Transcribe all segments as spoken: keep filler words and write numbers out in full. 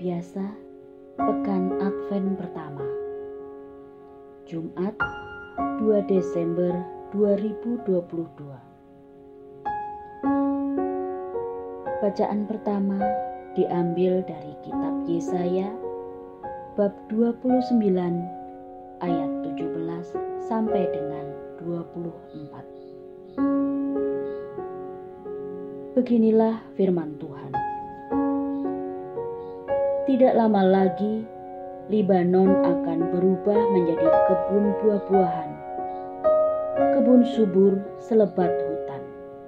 biasa, Pekan Advent pertama, Jumat dua Desember dua ribu dua puluh dua. Bacaan pertama diambil dari kitab Yesaya bab dua puluh sembilan ayat tujuh belas sampai dengan dua puluh empat. Beginilah firman Tuhan. Tidak lama lagi, Libanon akan berubah menjadi kebun buah-buahan, kebun subur selebat hutan.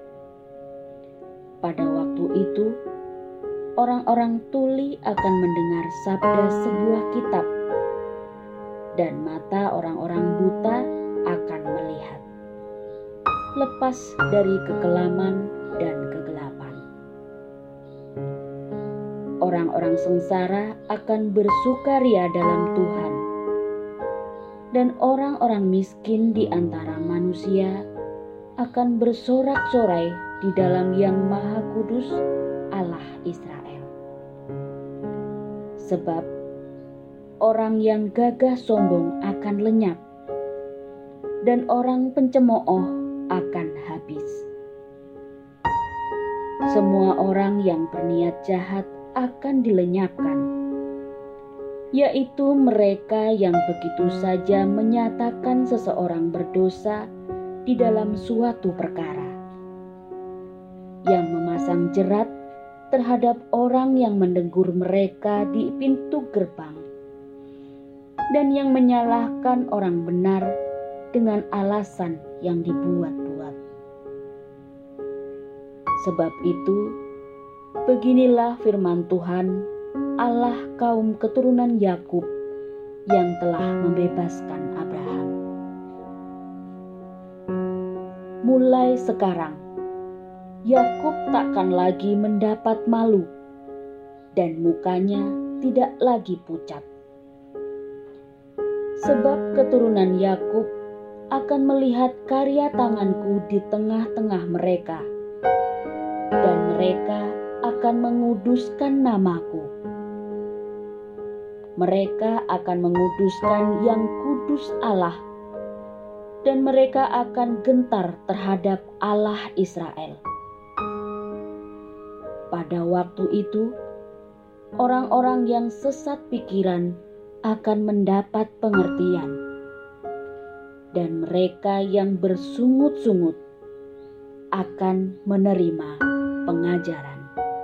Pada waktu itu, orang-orang tuli akan mendengar sabda sebuah kitab, dan mata orang-orang buta akan melihat, lepas dari kekelaman dan kegelapan. Orang-orang sengsara akan bersukaria dalam Tuhan, dan orang-orang miskin di antara manusia akan bersorak-sorai di dalam Yang Maha Kudus, Allah Israel. Sebab orang yang gagah sombong akan lenyap, dan orang pencemooh akan habis. Semua orang yang berniat jahat akan dilenyapkan, yaitu mereka yang begitu saja menyatakan seseorang berdosa di dalam suatu perkara, yang memasang jerat terhadap orang yang menegur mereka di pintu gerbang, dan yang menyalahkan orang benar dengan alasan yang dibuat-buat. Sebab itu, beginilah firman Tuhan, Allah kaum keturunan Yakub yang telah membebaskan Abraham. Mulai sekarang, Yakub takkan lagi mendapat malu, dan mukanya tidak lagi pucat. Sebab keturunan Yakub akan melihat karya tanganku di tengah-tengah mereka, dan mereka akan menguduskan namaku. Mereka akan menguduskan yang kudus Allah, dan mereka akan gentar terhadap Allah Israel. Pada waktu itu, orang-orang yang sesat pikiran akan mendapat pengertian, dan mereka yang bersungut-sungut akan menerima pengajaran.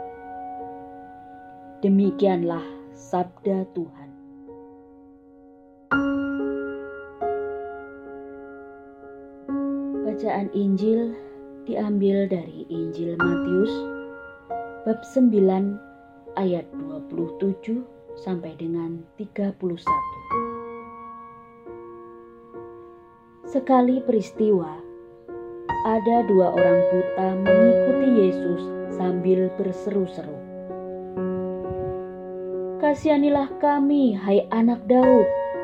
Demikianlah sabda Tuhan. Bacaan Injil diambil dari Injil Matius bab sembilan ayat dua puluh tujuh sampai dengan tiga puluh satu. Sekali peristiwa, ada dua orang buta mengikuti Yesus sambil berseru-seru, "Kasihanilah kami, hai anak Daud."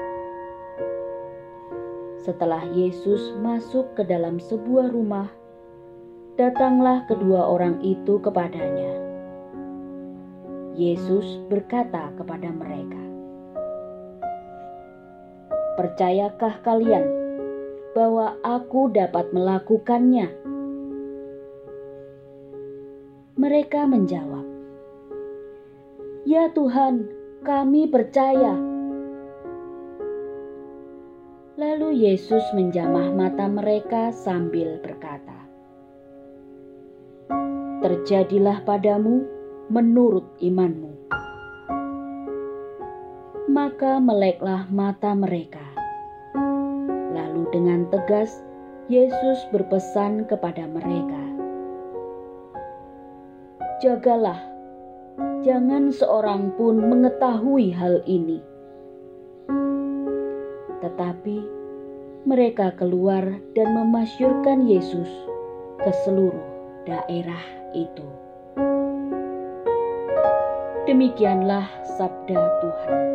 Setelah Yesus masuk ke dalam sebuah rumah, datanglah kedua orang itu kepadanya. Yesus berkata kepada mereka, "Percayakah kalian bahwa Aku dapat melakukannya?" Mereka menjawab, "Ya Tuhan, kami percaya." Lalu Yesus menjamah mata mereka sambil berkata, "Terjadilah padamu menurut imanmu." Maka meleklah mata mereka. Lalu dengan tegas Yesus berpesan kepada mereka, "Jagalah, jangan seorang pun mengetahui hal ini." Tetapi mereka keluar dan memasyurkan Yesus ke seluruh daerah itu. Demikianlah sabda Tuhan.